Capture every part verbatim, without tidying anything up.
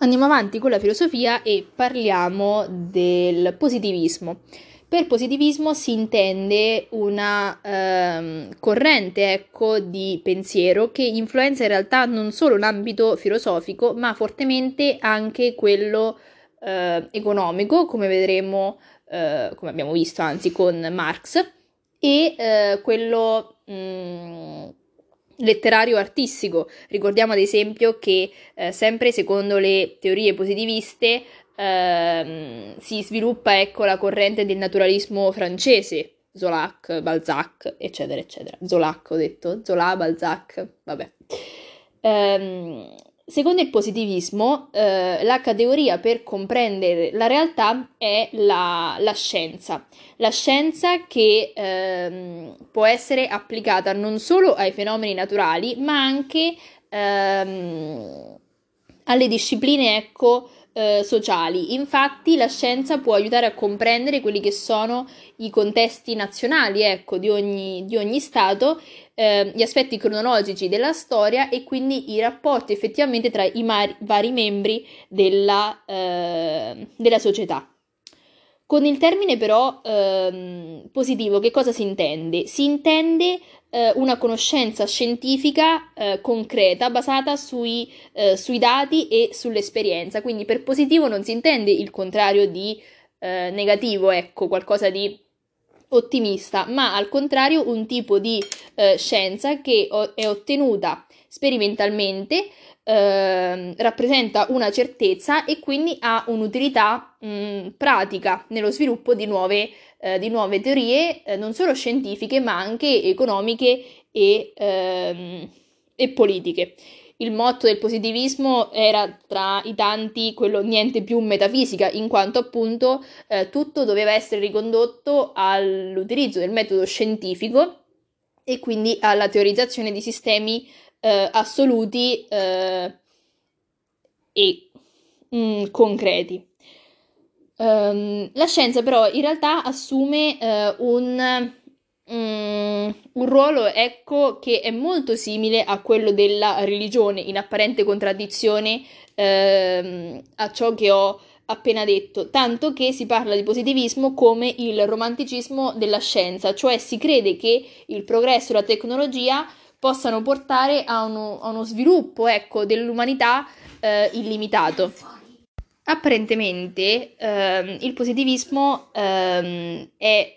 Andiamo avanti con la filosofia e parliamo del positivismo. Per positivismo si intende una ehm, corrente, ecco, di pensiero che influenza in realtà non solo l'ambito filosofico, ma fortemente anche quello eh, economico, come vedremo, eh, come abbiamo visto anzi con Marx, e eh, quello mh, letterario artistico. Ricordiamo ad esempio che eh, sempre secondo le teorie positiviste ehm, si sviluppa, ecco, la corrente del naturalismo francese, Zola, Balzac, eccetera, eccetera. Zola, ho detto, Zola, Balzac, vabbè. Ehm, Secondo il positivismo, eh, la categoria per comprendere la realtà è la, la scienza. La scienza che ehm, può essere applicata non solo ai fenomeni naturali, ma anche ehm, alle discipline, ecco, eh, sociali. Infatti, la scienza può aiutare a comprendere quelli che sono i contesti nazionali, ecco, di ogni, di ogni stato, eh, gli aspetti cronologici della storia e quindi i rapporti effettivamente tra i mari, vari membri della, eh, della società. Con il termine però ehm, positivo, che cosa si intende? Si intende eh, una conoscenza scientifica eh, concreta basata sui, eh, sui dati e sull'esperienza. Quindi per positivo non si intende il contrario di eh, negativo, ecco, qualcosa di ottimista, ma al contrario un tipo di eh, scienza che o- è ottenuta sperimentalmente, eh, rappresenta una certezza e quindi ha un'utilità mh, pratica nello sviluppo di nuove, eh, di nuove teorie, eh, non solo scientifiche, ma anche economiche e, ehm, e politiche. Il motto del positivismo era tra i tanti quello niente più metafisica, in quanto appunto eh, tutto doveva essere ricondotto all'utilizzo del metodo scientifico e quindi alla teorizzazione di sistemi eh, assoluti eh, e mh, concreti. Um, la scienza però in realtà assume uh, un, um, un ruolo, ecco, che è molto simile a quello della religione, in apparente contraddizione uh, a ciò che ho appena detto, tanto che si parla di positivismo come il romanticismo della scienza, cioè si crede che il progresso e la tecnologia possano portare a uno, a uno sviluppo, ecco, dell'umanità uh, illimitato. Apparentemente ehm, il positivismo ehm, è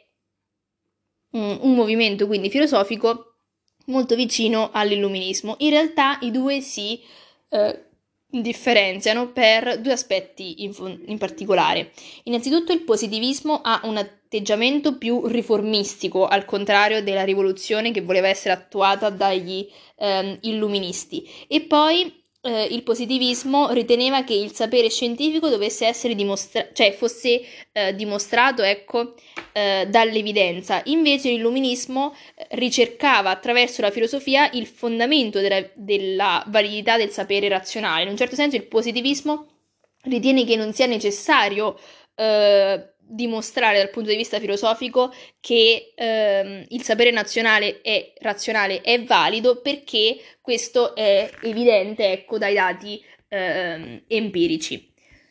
un, un movimento quindi filosofico molto vicino all'illuminismo. In realtà i due si eh, differenziano per due aspetti in, in particolare. Innanzitutto il positivismo ha un atteggiamento più riformistico, al contrario della rivoluzione che voleva essere attuata dagli ehm, illuministi. E poi eh, il positivismo riteneva che il sapere scientifico dovesse essere dimostrato, cioè fosse eh, dimostrato, ecco, eh, dall'evidenza. Invece l'illuminismo eh, ricercava attraverso la filosofia il fondamento della, della validità del sapere razionale. In un certo senso il positivismo ritiene che non sia necessario eh, dimostrare dal punto di vista filosofico che ehm, il sapere nazionale è razionale, è valido, perché questo è evidente, ecco, dai dati ehm, empirici.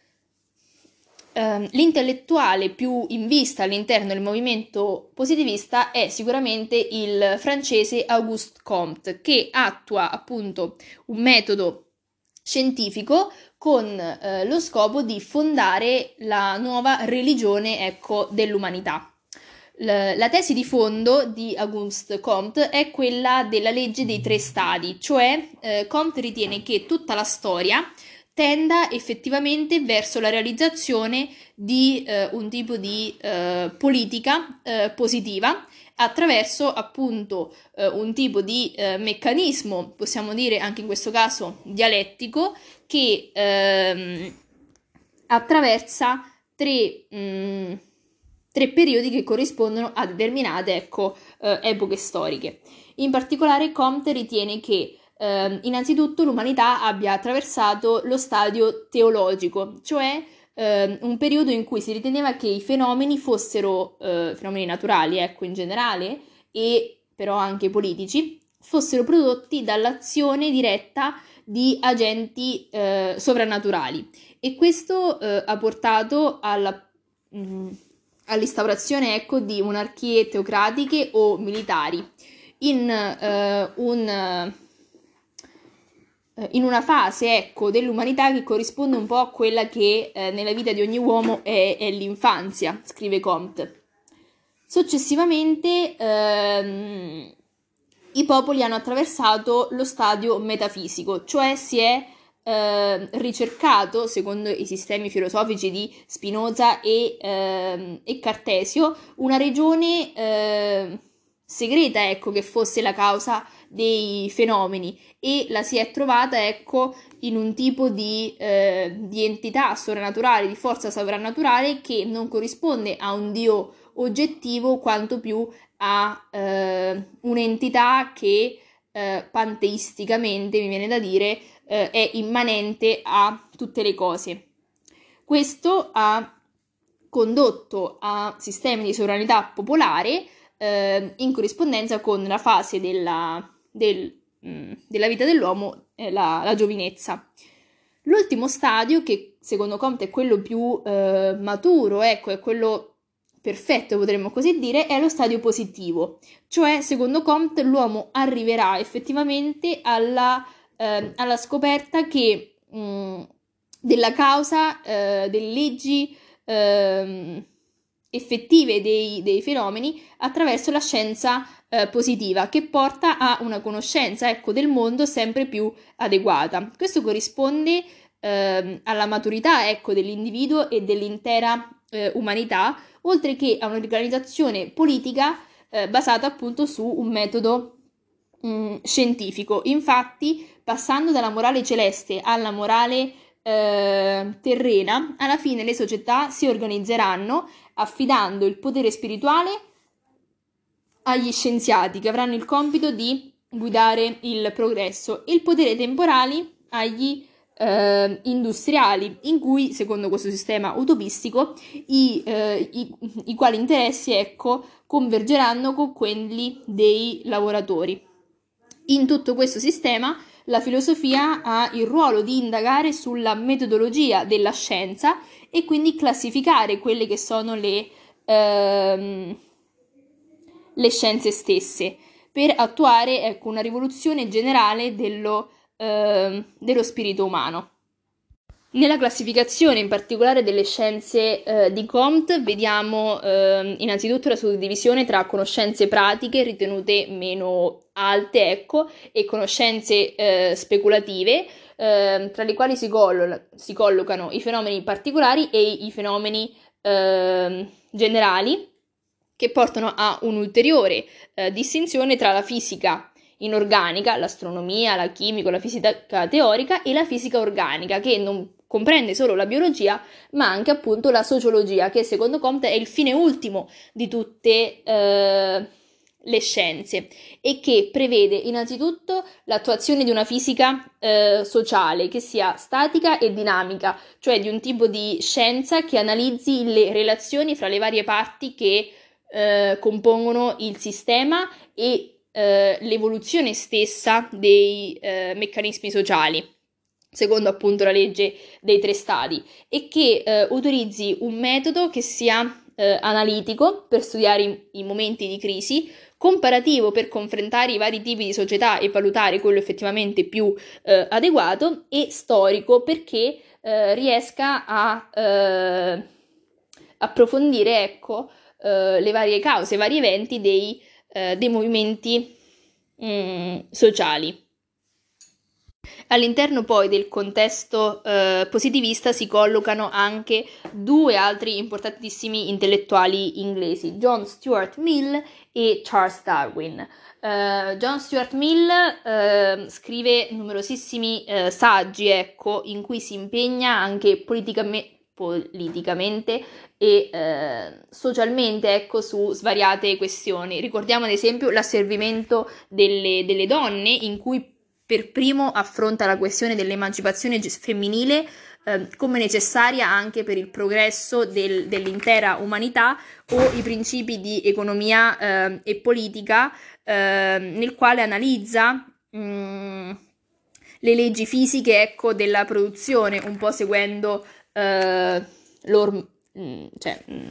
Um, l'intellettuale più in vista all'interno del movimento positivista è sicuramente il francese Auguste Comte, che attua appunto un metodo scientifico con eh, lo scopo di fondare la nuova religione, ecco, dell'umanità. L- la tesi di fondo di Auguste Comte è quella della legge dei tre stadi, cioè eh, Comte ritiene che tutta la storia tenda effettivamente verso la realizzazione di eh, un tipo di eh, politica eh, positiva attraverso appunto eh, un tipo di eh, meccanismo, possiamo dire anche in questo caso dialettico, che ehm, attraversa tre, mh, tre periodi che corrispondono a determinate, ecco, eh, epoche storiche. In particolare Comte ritiene che eh, innanzitutto l'umanità abbia attraversato lo stadio teologico, cioè eh, un periodo in cui si riteneva che i fenomeni fossero, eh, fenomeni naturali, ecco, in generale, e però anche politici, fossero prodotti dall'azione diretta di agenti eh, sovrannaturali, e questo eh, ha portato alla, mh, all'instaurazione, ecco, di monarchie teocratiche o militari in eh, un in una fase, ecco, dell'umanità che corrisponde un po' a quella che eh, nella vita di ogni uomo è, è l'infanzia, scrive Comte. Successivamente ehm, i popoli hanno attraversato lo stadio metafisico, cioè si è eh, ricercato, secondo i sistemi filosofici di Spinoza e, ehm, e Cartesio, una regione eh, segreta, ecco, che fosse la causa dei fenomeni, e la si è trovata, ecco, in un tipo di, eh, di entità sovrannaturale, di forza sovrannaturale, che non corrisponde a un dio oggettivo quanto più a eh, un'entità che eh, panteisticamente, mi viene da dire, eh, è immanente a tutte le cose. Questo ha condotto a sistemi di sovranità popolare eh, in corrispondenza con la fase della, del, mh, della vita dell'uomo, eh, la, la giovinezza. L'ultimo stadio, che secondo Comte è quello più eh, maturo, ecco, è quello perfetto, potremmo così dire, è lo stadio positivo. Cioè, secondo Comte, l'uomo arriverà effettivamente alla, eh, alla scoperta che mh, della causa, eh, delle leggi eh, effettive dei, dei fenomeni attraverso la scienza eh, positiva, che porta a una conoscenza, ecco, del mondo sempre più adeguata. Questo corrisponde eh, alla maturità, ecco, dell'individuo e dell'intera eh, umanità, oltre che a un'organizzazione politica eh, basata appunto su un metodo mh, scientifico. Infatti, passando dalla morale celeste alla morale eh, terrena, alla fine le società si organizzeranno affidando il potere spirituale agli scienziati, che avranno il compito di guidare il progresso, e il potere temporale agli eh, industriali, in cui, secondo questo sistema utopistico, i, eh, i, i quali interessi, ecco, convergeranno con quelli dei lavoratori. In tutto questo sistema la filosofia ha il ruolo di indagare sulla metodologia della scienza e quindi classificare quelle che sono le, ehm, le scienze stesse, per attuare, ecco, una rivoluzione generale dello, ehm, dello spirito umano. Nella classificazione in particolare delle scienze eh, di Comte vediamo eh, innanzitutto la suddivisione tra conoscenze pratiche ritenute meno alte, ecco, e conoscenze eh, speculative, eh, tra le quali si, collo- si collocano i fenomeni particolari e i fenomeni eh, generali, che portano a un'ulteriore eh, distinzione tra la fisica inorganica, l'astronomia, la chimica, la fisica teorica, e la fisica organica, che non comprende solo la biologia, ma anche appunto la sociologia, che secondo Comte è il fine ultimo di tutte eh, le scienze, e che prevede innanzitutto l'attuazione di una fisica eh, sociale che sia statica e dinamica, cioè di un tipo di scienza che analizzi le relazioni fra le varie parti che eh, compongono il sistema e eh, l'evoluzione stessa dei eh, meccanismi sociali, secondo appunto la legge dei tre stadi, e che eh, utilizzi un metodo che sia eh, analitico per studiare i, i momenti di crisi, comparativo per confrontare i vari tipi di società e valutare quello effettivamente più eh, adeguato, e storico perché eh, riesca a eh, approfondire, ecco, eh, le varie cause, i vari eventi dei, eh, dei movimenti mm, sociali. All'interno poi del contesto eh, positivista si collocano anche due altri importantissimi intellettuali inglesi, John Stuart Mill e Charles Darwin. Uh, John Stuart Mill uh, scrive numerosissimi uh, saggi, ecco, in cui si impegna anche politicamente politicamente e eh, socialmente, ecco, su svariate questioni. Ricordiamo ad esempio l'asservimento delle, delle donne, in cui per primo affronta la questione dell'emancipazione femminile eh, come necessaria anche per il progresso del, dell'intera umanità, o i principi di economia eh, e politica, eh, nel quale analizza mh, le leggi fisiche, ecco, della produzione, un po' seguendo eh, l'or- mh, cioè, mh,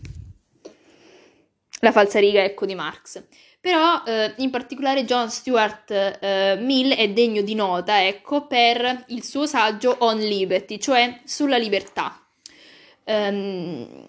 la falsariga, ecco, di Marx. Però eh, in particolare John Stuart eh, Mill è degno di nota, ecco, per il suo saggio On Liberty, cioè sulla libertà. Um,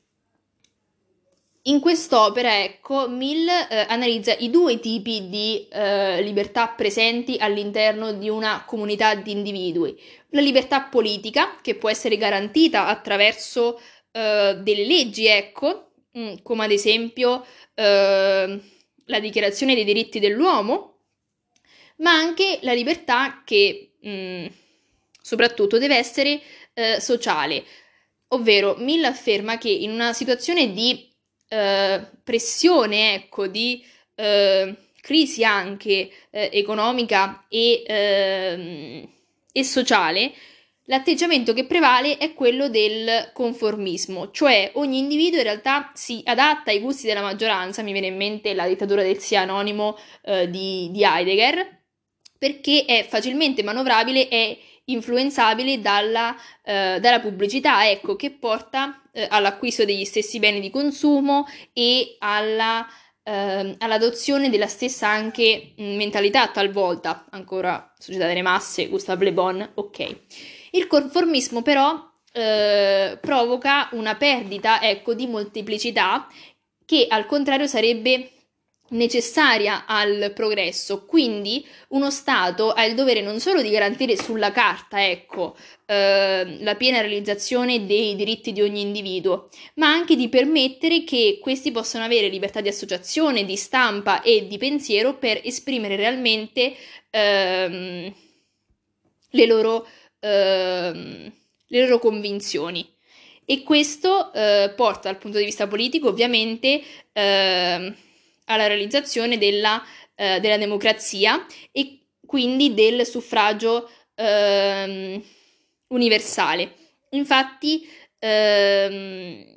in quest'opera, ecco, Mill eh, analizza i due tipi di eh, libertà presenti all'interno di una comunità di individui. La libertà politica, che può essere garantita attraverso eh, delle leggi, ecco, mh, come ad esempio eh, la Dichiarazione dei diritti dell'uomo, ma anche la libertà che mh, soprattutto deve essere eh, sociale. Ovvero, Mill afferma che in una situazione di eh, pressione, ecco, di eh, crisi anche eh, economica e, ehm, e sociale, l'atteggiamento che prevale è quello del conformismo, cioè ogni individuo in realtà si adatta ai gusti della maggioranza. Mi viene in mente la dittatura del sì anonimo eh, di, di Heidegger, perché è facilmente manovrabile e influenzabile dalla, eh, dalla pubblicità, ecco, che porta eh, all'acquisto degli stessi beni di consumo e alla, eh, all'adozione della stessa anche mh, mentalità talvolta, ancora società delle masse, Gustave Le Bon, ok. Il conformismo però eh, provoca una perdita, ecco, di molteplicità che al contrario sarebbe necessaria al progresso. Quindi uno Stato ha il dovere non solo di garantire sulla carta, ecco, eh, la piena realizzazione dei diritti di ogni individuo, ma anche di permettere che questi possano avere libertà di associazione, di stampa e di pensiero per esprimere realmente ehm, le loro, ehm, le loro convinzioni. E questo eh, porta dal punto di vista politico ovviamente eh, alla realizzazione della, eh, della democrazia e quindi del suffragio ehm, universale. Infatti, ehm,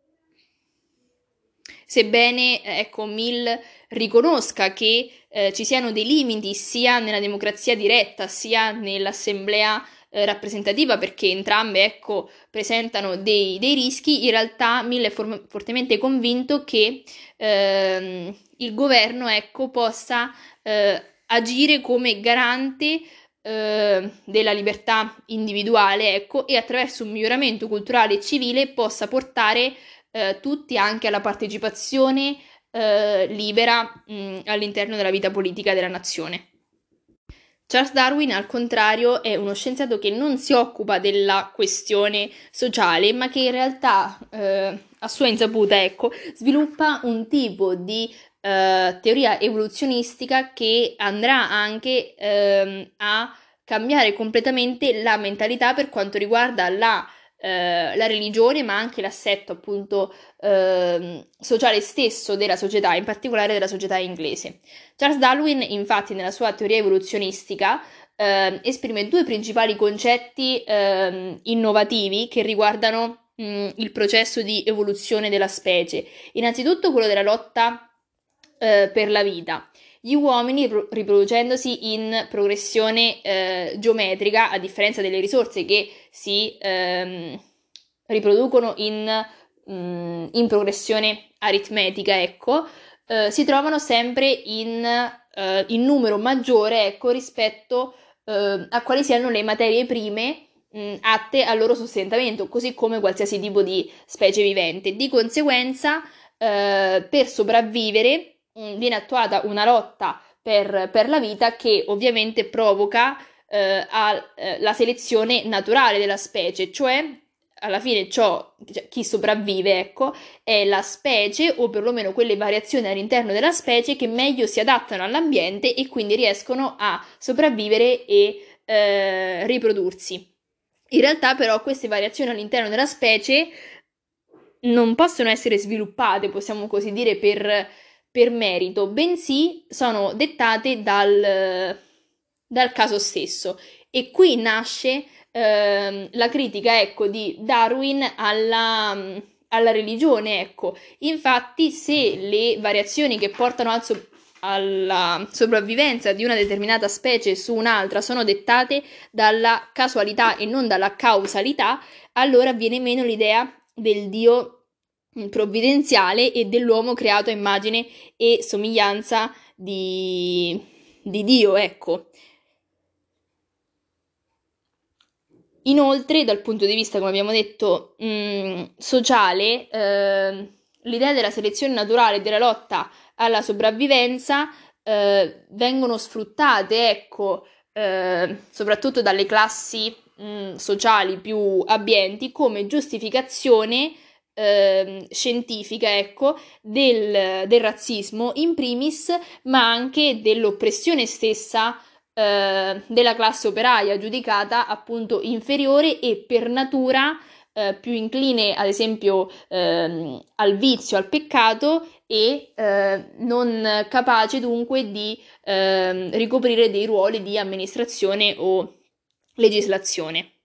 sebbene ecco, Mill riconosca che eh, ci siano dei limiti sia nella democrazia diretta sia nell'assemblea eh, rappresentativa, perché entrambe ecco, presentano dei, dei rischi, in realtà Mill è for- fortemente convinto che ehm, il governo ecco, possa eh, agire come garante eh, della libertà individuale ecco, e attraverso un miglioramento culturale e civile possa portare eh, tutti anche alla partecipazione eh, libera mh, all'interno della vita politica della nazione. Charles Darwin, al contrario, è uno scienziato che non si occupa della questione sociale, ma che in realtà, eh, a sua insaputa, ecco, sviluppa un tipo di eh, teoria evoluzionistica che andrà anche ehm, a cambiare completamente la mentalità per quanto riguarda la, eh, la religione, ma anche l'assetto appunto ehm, sociale stesso della società, in particolare della società inglese. Charles Darwin, infatti, nella sua teoria evoluzionistica eh, esprime due principali concetti eh, innovativi che riguardano mh, il processo di evoluzione della specie. Innanzitutto quello della lotta eh, per la vita. Gli uomini, riproducendosi in progressione eh, geometrica, a differenza delle risorse che si ehm, riproducono in, mh, in progressione aritmetica, ecco, eh, si trovano sempre in, eh, in numero maggiore, ecco, rispetto eh, a quali siano le materie prime mh, atte al loro sostentamento, così come qualsiasi tipo di specie vivente. Di conseguenza, eh, per sopravvivere mh, viene attuata una lotta per, per la vita che ovviamente provoca eh, a, eh, la selezione naturale della specie, cioè alla fine ciò, cioè, chi sopravvive, ecco, è la specie o perlomeno quelle variazioni all'interno della specie che meglio si adattano all'ambiente e quindi riescono a sopravvivere e eh, riprodursi. In realtà però queste variazioni all'interno della specie non possono essere sviluppate, possiamo così dire, per, per merito, bensì sono dettate dal, dal caso stesso. E qui nasce ehm, la critica, ecco, di Darwin alla, alla religione, ecco. Infatti, se le variazioni che portano al, so- alla sopravvivenza di una determinata specie su un'altra sono dettate dalla casualità e non dalla causalità, allora viene meno l'idea del Dio provvidenziale e dell'uomo creato a immagine e somiglianza di, di Dio, ecco. Inoltre, dal punto di vista, come abbiamo detto, mh, sociale, eh, l'idea della selezione naturale e della lotta alla sopravvivenza eh, vengono sfruttate, ecco, eh, soprattutto dalle classi mh, sociali più abbienti come giustificazione eh, scientifica, ecco, del, del razzismo in primis, ma anche dell'oppressione stessa eh, della classe operaia, giudicata appunto inferiore e per natura eh, più incline, ad esempio, ehm, al vizio, al peccato e eh, non capace dunque di ehm, ricoprire dei ruoli di amministrazione o legislazione.